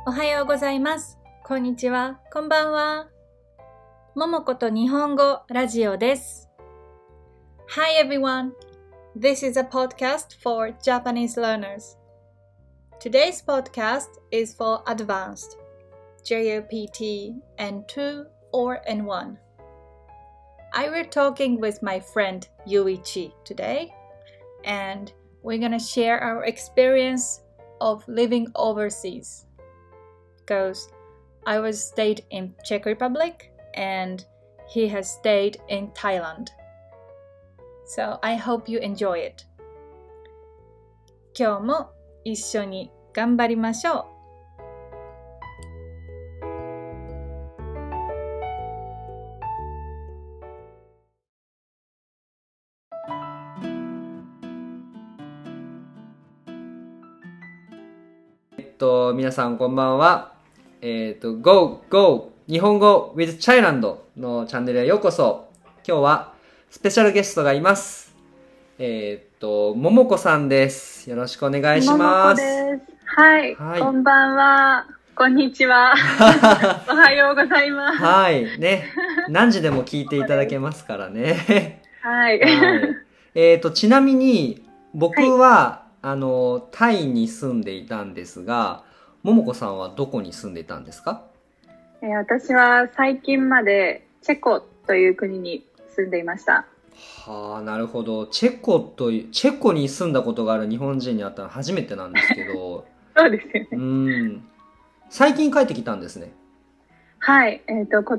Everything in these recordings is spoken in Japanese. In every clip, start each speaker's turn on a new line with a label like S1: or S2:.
S1: おはようございます。こんにちは。こんばんは。ももこと日本語ラジオです。Hi everyone. This is a podcast for Japanese learners. Today's podcast is for advanced JOPT N2 or N1. I will talking with my friend Yuichi today, and we're gonna share our experience of living overseas.Because I was stayed in Czech Republic and he has stayed in Thailand. So I hope you enjoy it. 今日も一緒に頑張りましょう。
S2: 皆さんこんばんは。Go Go 日本語 with Thailand のチャンネルへようこそ。今日はスペシャルゲストがいます。ももこさんです。よろしくお願いします。
S3: ももこです。はい、こんばんは。こんにちは。おはようございます。
S2: はい。ね。何時でも聞いていただけますからね。
S3: はい。
S2: ちなみに僕は、タイに住んでいたんですが、ももこさんはどこに住んでいたんですか？
S3: 私は最近までチェコという国に住んでいました。
S2: はあ、なるほど。チェコに住んだことがある日本人に会ったのは初めてなんですけど。
S3: そうですよね。
S2: 最近帰ってきたんですね。はい。
S3: 今年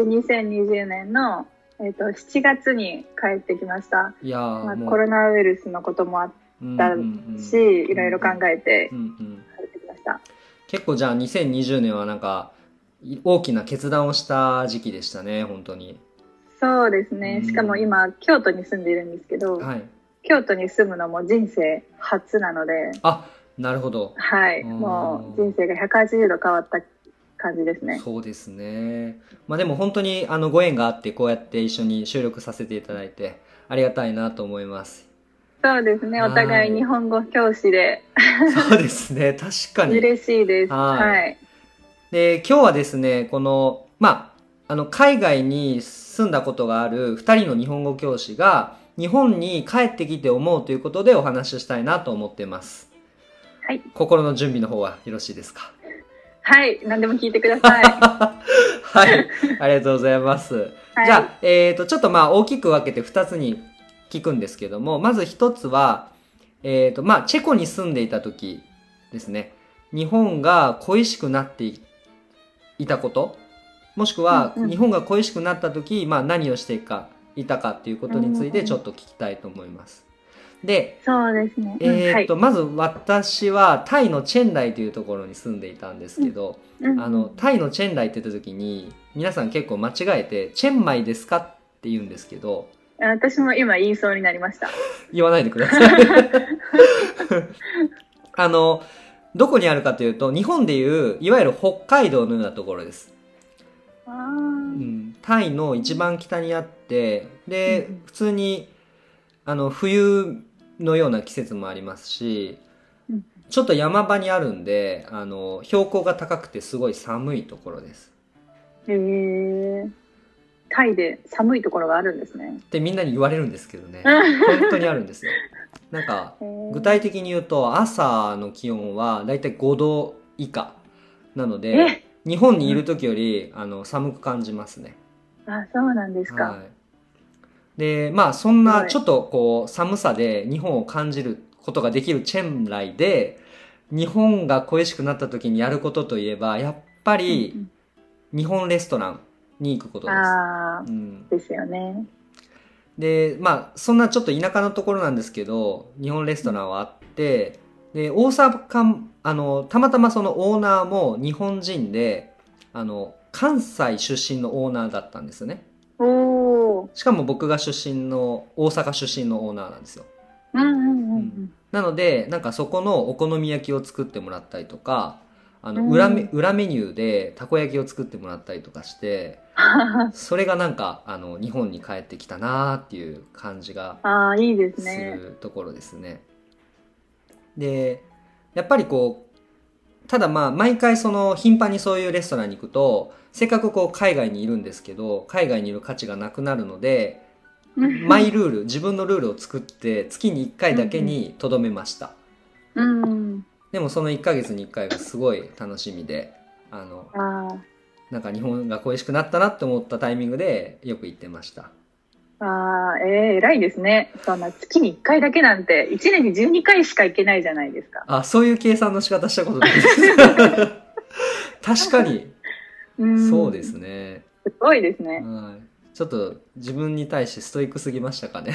S3: 2020年の、7月に帰ってきました。
S2: いや、
S3: コロナウイルスのこともあったし、いろいろ考えて帰ってきました。
S2: 結構じゃあ2020年はなんか大きな決断をした時期でしたね、本当に。
S3: そうですね。しかも今京都に住んでいるんですけど、はい、京都に住むのも人生初なので。
S2: あ、なるほど。
S3: はい。もう人生が180度変わった感じですね。
S2: そうですね。まあでも本当にご縁があってこうやって一緒に収録させていただいてありがたいなと思います。
S3: そうですね。お互い日本語教師で。
S2: そうですね。確かに。
S3: 嬉しいです。はい。
S2: で、今日はですね、この、海外に住んだことがある2人の日本語教師が日本に帰ってきて思うということでお話ししたいなと思っています。
S3: はい。
S2: 心の準備の方はよろしいですか？
S3: はい。何でも聞いてください。
S2: はい。ありがとうございます。はい、じゃあ、ちょっと大きく分けて2つに聞くんですけども、まず一つは、チェコに住んでいた時ですね。日本が恋しくなっていたこと、もしくは、日本が恋しくなった時、何をしていたかっていうことについてちょっと聞きたいと思います。で、
S3: そうですね。
S2: まず私はタイのチェンライというところに住んでいたんですけど、タイのチェンライって言った時に、皆さん結構間違えて、チェンマイですかって言うんですけど、
S3: 私も今言いそうになりました。
S2: 言わないでください。どこにあるかというと、日本でいういわゆる北海道のようなところです。タイの一番北にあって、で、普通に冬のような季節もありますし、ちょっと山場にあるんで、標高が高くてすごい寒いところです。
S3: へー。タイで寒いところがあるんですね。
S2: ってみんなに言われるんですけどね。本当にあるんですよ。なんか具体的に言うと朝の気温はだいたい5度以下なので、日本にいる時より寒く感じますね。
S3: あ、そうなんですか。はい、
S2: で、そんなちょっとこう寒さで日本を感じることができるチェンライで、日本が恋しくなった時にやることといえばやっぱり日本レストランに行くことです。
S3: ですよね。
S2: で、そんなちょっと田舎のところなんですけど、日本レストランはあって、で、大阪、たまたまそのオーナーも日本人で、関西出身のオーナーだったんですよね。しかも僕が大阪出身のオーナーなんですよ。なので、なんかそこのお好み焼きを作ってもらったりとか、裏メニューでたこ焼きを作ってもらったりとかして、それがなんか日本に帰ってきたなーっていう感じがするところですね。で、やっぱりこうただまあ毎回その頻繁にそういうレストランに行くとせっかくこう海外にいるんですけど海外にいる価値がなくなるのでマイルール自分のルールを作って月に1回だけにとどめました、でもその1ヶ月に1回がすごい楽しみでなんか日本が恋しくなったなって思ったタイミングでよく行ってました。
S3: 偉いですね。そんな月に1回だけなんて1年に12回しか行けないじゃないですか。
S2: そういう計算の仕方したことないです確かにそうですね。
S3: すごいですね。
S2: ちょっと自分に対してストイックすぎましたかね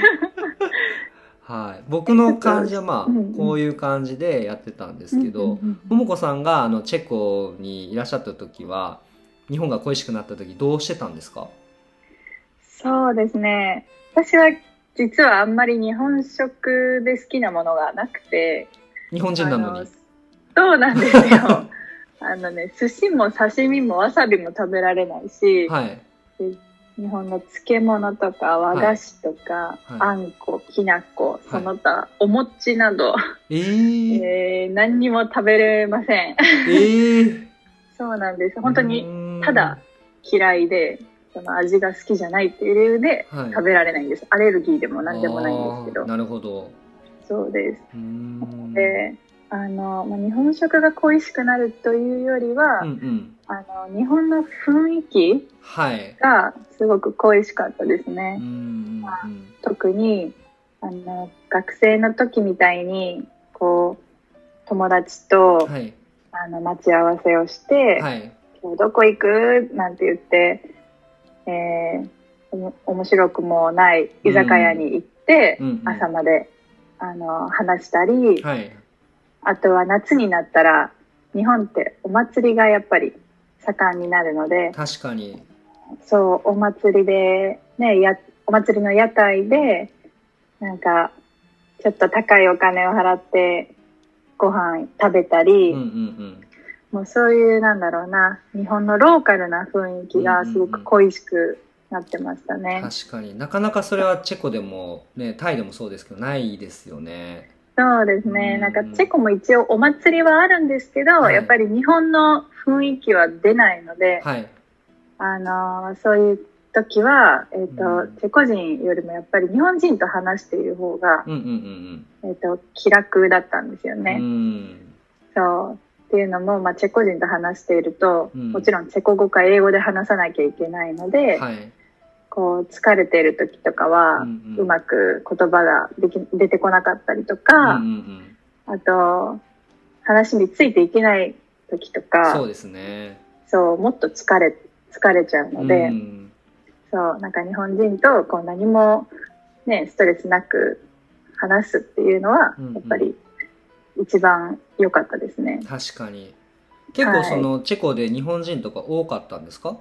S2: はい、僕の感じはまあこういう感じでやってたんですけど、ももこさんがチェコにいらっしゃった時は日本が恋しくなった時どうしてたんですか？
S3: そうですね、私は実はあんまり日本食で好きなものがなくて。
S2: 日本人なのに。
S3: そうなんですよ寿司も刺身もわさびも食べられないし、日本の漬物とか和菓子とか、あんこ、きな粉、その他お餅など、何にも食べれませんそうなんです。本当にただ嫌いでその味が好きじゃないっていう理由で食べられないんです、アレルギーでも何でもないんですけど。
S2: なるほど。
S3: そうです。で日本食が恋しくなるというよりは、日本の雰囲気がすごく恋しかったですね。特に学生の時みたいにこう友達と、待ち合わせをして、今日どこ行くなんて言って、面白くもない居酒屋に行って、朝まで話したり、あとは夏になったら日本ってお祭りがやっぱり盛んになるので、
S2: 確かに
S3: そうお祭りでね、お祭りの屋台でなんかちょっと高いお金を払ってご飯食べたり、もうそういうなんだろうな、日本のローカルな雰囲気がすごく恋しくなってましたね。
S2: 確かになかなかそれはチェコでもね、タイでもそうですけどないですよね。
S3: そうですね、なんかチェコも一応お祭りはあるんですけど、やっぱり日本の雰囲気は出ないので、そういう時は、チェコ人よりもやっぱり日本人と話している方が、気楽だったんですよね。そうっていうのも、チェコ人と話していると、もちろんチェコ語か英語で話さなきゃいけないので、こう疲れている時とかは、うまく言葉が出てこなかったりとか、あと話についていけない時とか、
S2: そうですね、
S3: そうもっと疲れちゃうので、そうなんか日本人とこう何もねストレスなく話すっていうのは、やっぱり一番良かったですね。
S2: 確かに。結構その、チェコで日本人とか多かったんですか？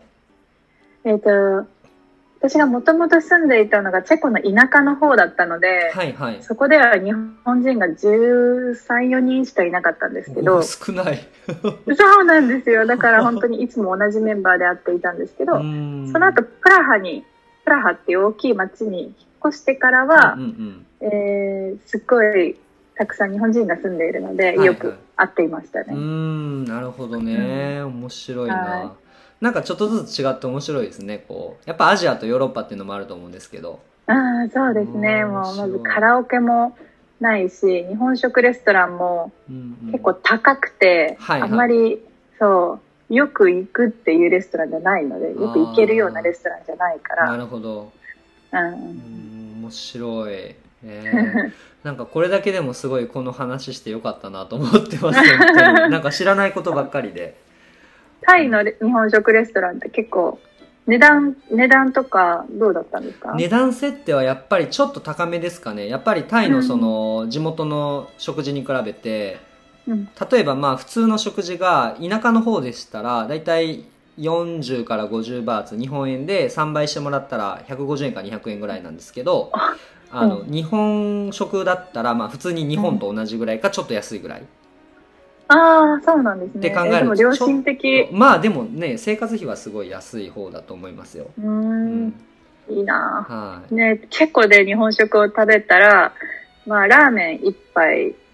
S3: 私がもともと住んでいたのがチェコの田舎の方だったので、そこでは日本人が13、14人しかいなかったんですけど、
S2: 少ない
S3: そうなんですよ。だから本当にいつも同じメンバーで会っていたんですけど、その後プラハっていう大きい町に引っ越してからは、すっごいたくさん日本人が住んでいるので、よく会っていましたね。
S2: なるほどね、面白いな。なんかちょっとずつ違って面白いですね。こうやっぱアジアとヨーロッパっていうのもあると思うんですけど。
S3: そうですね。もうまずカラオケもないし、日本食レストランも結構高くて、あんまりそうよく行くっていうレストランじゃないので、よく行けるようなレストランじゃないから。
S2: なるほど。面白い。なんかこれだけでもすごいこの話してよかったなと思ってます。なんか知らないことばっかりで。
S3: タイの日本食レストランって結構値段とかどうだったんですか？
S2: 値段設定はやっぱりちょっと高めですかね。やっぱりタイのその地元の食事に比べて、例えば普通の食事が田舎の方でしたらだいたい40から50バーツ、日本円で3倍してもらったら150円か200円ぐらいなんですけど、日本食だったら普通に日本と同じぐらいかちょっと安いぐらい。
S3: そうなんですね。
S2: って考えると、
S3: でも良心的。
S2: でもね、生活費はすごい安い方だと思いますよ。
S3: いいな、ね。チェコで日本食を食べたら、ラーメン1杯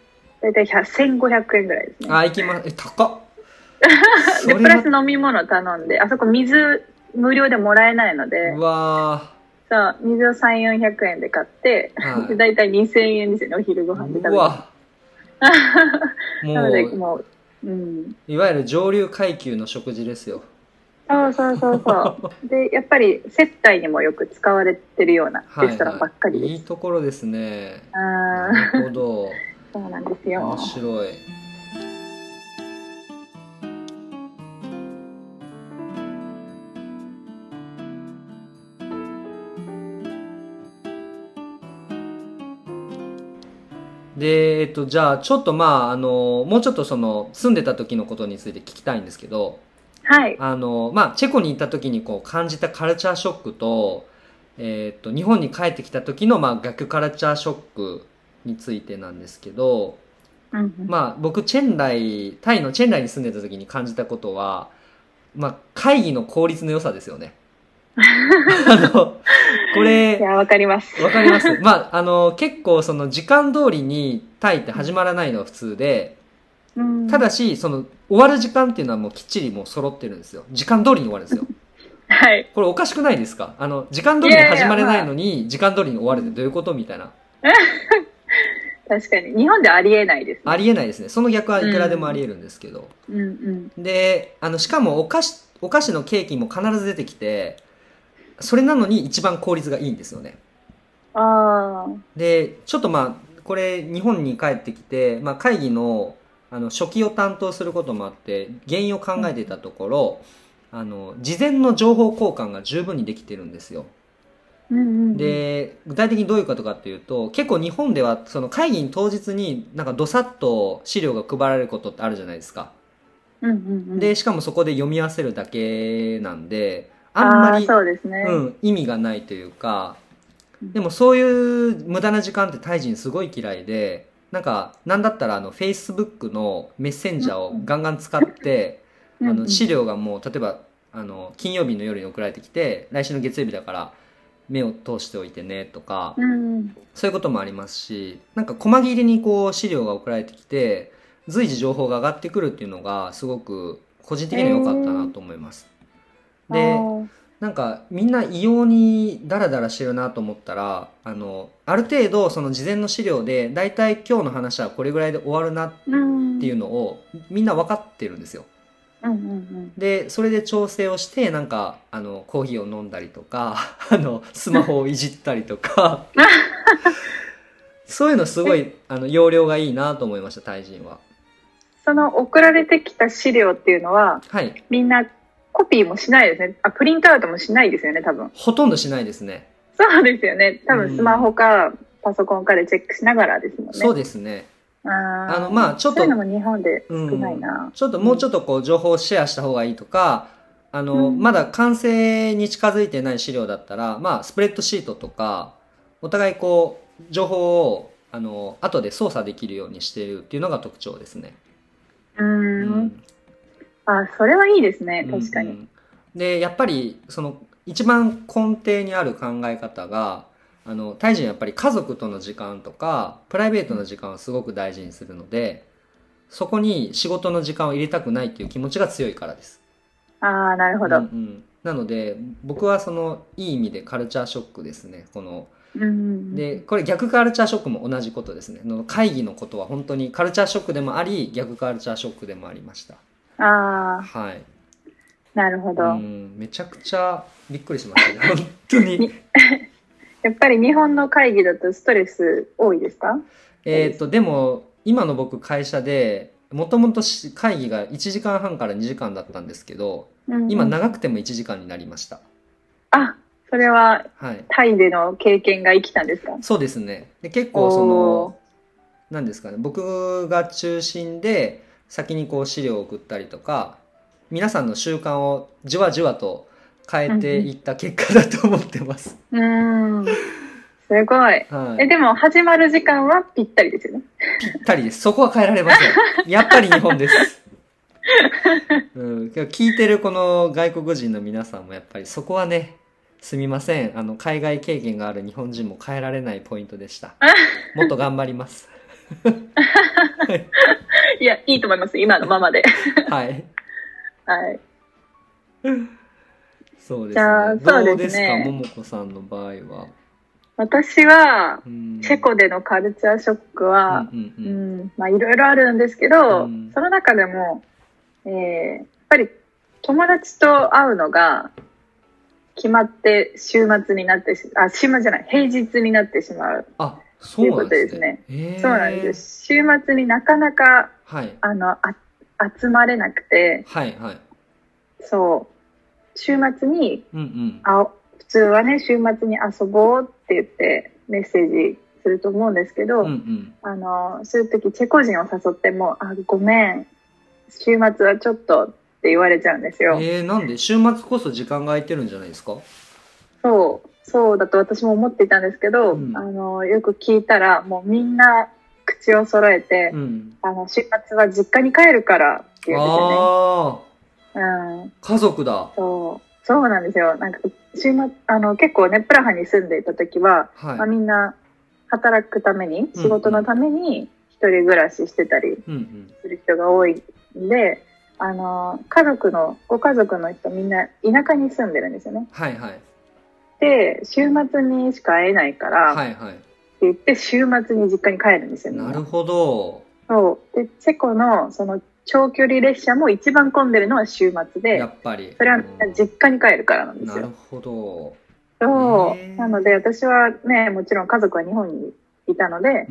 S3: だいたい1500円ぐらいですね。
S2: あ、行きます。高っ。
S3: で、プラス飲み物頼んで、あそこ水無料でもらえないので、
S2: うわ
S3: そう、水を3、400円で買って、はい、だいたい2000円ですよね、お昼ご飯で食べる。うわなので、もう、うん。
S2: いわゆる上流階級の食事ですよ。
S3: そうそうそうそう。で、やっぱり接待にもよく使われてるようなレストランばっかりです。
S2: いいところですね。
S3: な
S2: るほど。
S3: そうなんですよ。
S2: 面白い。で、じゃあ、ちょっともうちょっと住んでた時のことについて聞きたいんですけど、
S3: はい。
S2: チェコに行った時にこう感じたカルチャーショックと、日本に帰ってきた時の逆カルチャーショックについてなんですけど、僕タイのチェンライに住んでた時に感じたことは、会議の効率の良さですよね。これ、
S3: いや、わかります。
S2: わかります。結構時間通りにタイって始まらないのは普通で、ただし、終わる時間っていうのはもうきっちりもう揃ってるんですよ。時間通りに終わるんですよ。
S3: はい。
S2: これおかしくないですか？時間通りに始まれないのに、時間通りに終わるってどういうことみたいな。
S3: 確かに。日本でありえないですね。
S2: ありえないですね。その逆はいくらでもありえるんですけど。で、しかもお菓子のケーキも必ず出てきて、それなのに一番効率がいいんですよね。で、ちょっとこれ日本に帰ってきて、会議の書記を担当することもあって原因を考えていたところ、事前の情報交換が十分にできてるんですよ。で、具体的にどういうことかっていうと、結構日本では会議当日にどさっと資料が配られることってあるじゃないですか。で、しかもそこで読み合わせるだけなんで、あんまり、
S3: そうですね。
S2: 意味がないというか、でもそういう無駄な時間ってタイ人すごい嫌いで、なんだったらFacebook のメッセンジャーをガンガン使って、資料がもう、例えば、金曜日の夜に送られてきて、来週の月曜日だから目を通しておいてねとか、そういうこともありますし、細切れに資料が送られてきて、随時情報が上がってくるっていうのが、すごく個人的には良かったなと思います。で、みんな異様にダラダラしてるなと思ったら、ある程度事前の資料でだいたい今日の話はこれぐらいで終わるなっていうのをみんな分かってるんですよ。で、それで調整をしてコーヒーを飲んだりとかスマホをいじったりとかそういうのすごい容量がいいなと思いました、タイ人は。
S3: 送られてきた資料っていうのは、
S2: はい、
S3: みんなコピーもしないですね。プリントアウトもしないですよね、多分。
S2: ほとんどしないですね。
S3: そうですよね。多分スマホかパソコンかでチェックしながらですもんね。
S2: そうですね。ちょっと。
S3: そういうのも日本で少ないな。
S2: もうちょっと情報をシェアした方がいいとか、まだ完成に近づいてない資料だったら、スプレッドシートとか、お互い情報を、後で操作できるようにしているっていうのが特徴ですね。
S3: それはいいですね、確かに。
S2: で、やっぱり、一番根底にある考え方が、タイ人はやっぱり家族との時間とか、プライベートの時間をすごく大事にするので、そこに仕事の時間を入れたくないっていう気持ちが強いからです。
S3: なるほど。
S2: なので、僕はいい意味でカルチャーショックですね。で、これ逆カルチャーショックも同じことですね。会議のことは本当にカルチャーショックでもあり、逆カルチャーショックでもありました。はい。
S3: なるほど。
S2: めちゃくちゃびっくりしましたね。本当に。
S3: やっぱり日本の会議だとストレス多いですか？
S2: でも、今の僕会社で、もともと会議が1時間半から2時間だったんですけど、今長くても1時間になりました。
S3: それは、タイでの経験が生きたんですか？
S2: そうですね。で、結構何ですかね、僕が中心で先に資料を送ったりとか、皆さんの習慣をじわじわと変えていった結果だと思ってます。
S3: すごい。でも始まる時間はぴったりですよね。
S2: ぴったりです。そこは変えられません。やっぱり日本です。聞いてるこの外国人の皆さんもやっぱりそこはね、すみません。海外経験がある日本人も変えられないポイントでした。もっと頑張ります。
S3: いや、いいと思います。今のままで。
S2: はい。
S3: はい。
S2: そうですね。どうですか、ももこさんの場合は。
S3: 私は、チェコでのカルチャーショックは、まあいろいろあるんですけど、その中でも、やっぱり友達と会うのが決まって週末になって週末じゃない、平日になってしまう。
S2: そう
S3: いうことですね。そうなんです。週末になかなか、集まれなくて、そう。週末に、普通はね、週末に遊ぼうって言ってメッセージすると思うんですけど、そういう時チェコ人を誘っても、ごめん、週末はちょっとって言われちゃうんですよ。
S2: なんで週末こそ時間が空いてるんじゃないですか？
S3: そうだと私も思っていたんですけど、よく聞いたら、もうみんな口を揃えて、週末は実家に帰るからって言うんですよね。
S2: 家族だ。
S3: そうなんですよ。なんか週末結構ね、プラハに住んでいた時は、みんな働くために、仕事のために一人暮らししてたりする人が多いんで、ご家族の人みんな田舎に住んでるんですよね。で、週末にしか会えないから、って言って週末に実家に帰るんですよね。
S2: なるほど。
S3: で、チェコのその長距離列車も一番混んでるのは週末で、
S2: やっぱり
S3: それは実家に帰るからなんですよ。
S2: なるほど。
S3: なので私はね、もちろん家族は日本にいたので、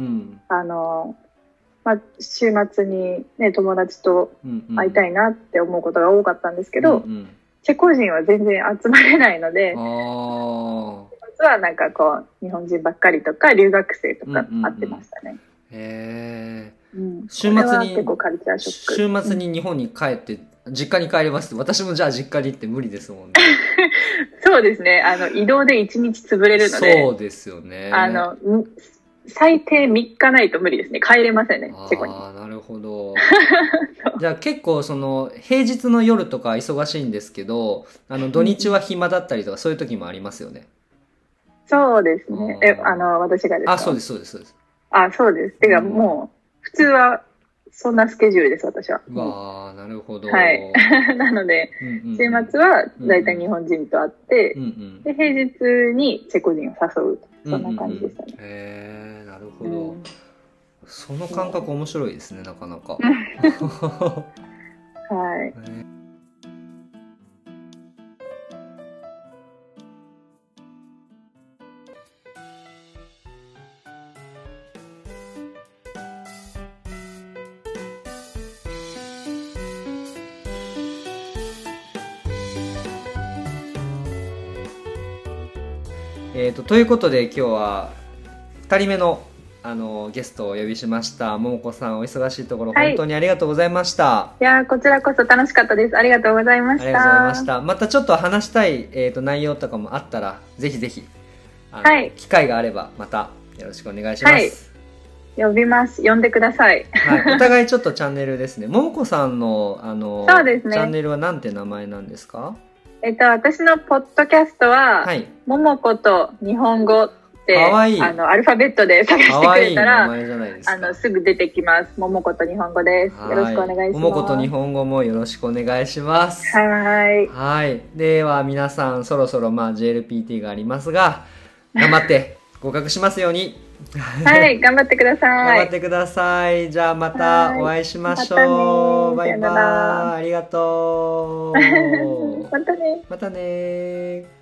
S3: 週末にね、友達と会いたいなって思うことが多かったんですけど、チェコ人は全然集まれないので、週末はなんかこう日本人ばっかりとか留学生とか会ってましたね。
S2: 週末に日本に帰って実家に帰りますって、私もじゃあ実家に行って無理ですもんね。
S3: そうですね。移動で1日潰れるので。
S2: そうですよね。
S3: 最低3日ないと無理ですね。帰れませんね、チェコに。
S2: なるほど。じゃあ結構その平日の夜とか忙しいんですけど、土日は暇だったりとか、そういう時もありますよね。
S3: そうですね。私がですか？
S2: そうですそうですそうです。
S3: そうです。てかもう普通はそんなスケジュールです、私は。
S2: なるほど。
S3: なので、週末はだいたい日本人と会って、で平日にチェコ人を誘う、そんな感じでしたね。
S2: なるほど。その感覚面白いですね、なかなか。
S3: はい。
S2: ということで今日は2人目のゲストをお呼びしました。ももこさん、お忙しいところ本当にありがとうございました。
S3: いや、こちらこそ楽しかったです。ありがとうございました。
S2: ありがとうございました。またちょっと話したい、内容とかもあったらぜひぜひ機会があればまたよろしくお願いします。
S3: 呼びます。呼んでください。
S2: お互いちょっとチャンネルですね。ももこさんの
S3: そうですね、
S2: チャンネルはなんて名前なんですか？
S3: 私のポッドキャストは、ももこと日本語ってアルファベットで探してくれたら、すぐ出てきます。ももこと日本語です。よろしくお願いします。
S2: ももこと日本語もよろしくお願いします。
S3: はい。
S2: では皆さん、そろそろJLPT がありますが、頑張って合格しますように。
S3: 頑張ってください。
S2: 頑張ってください。じゃあまたお会いしましょう。バイバイ。ありがとう。
S3: またね。
S2: またね。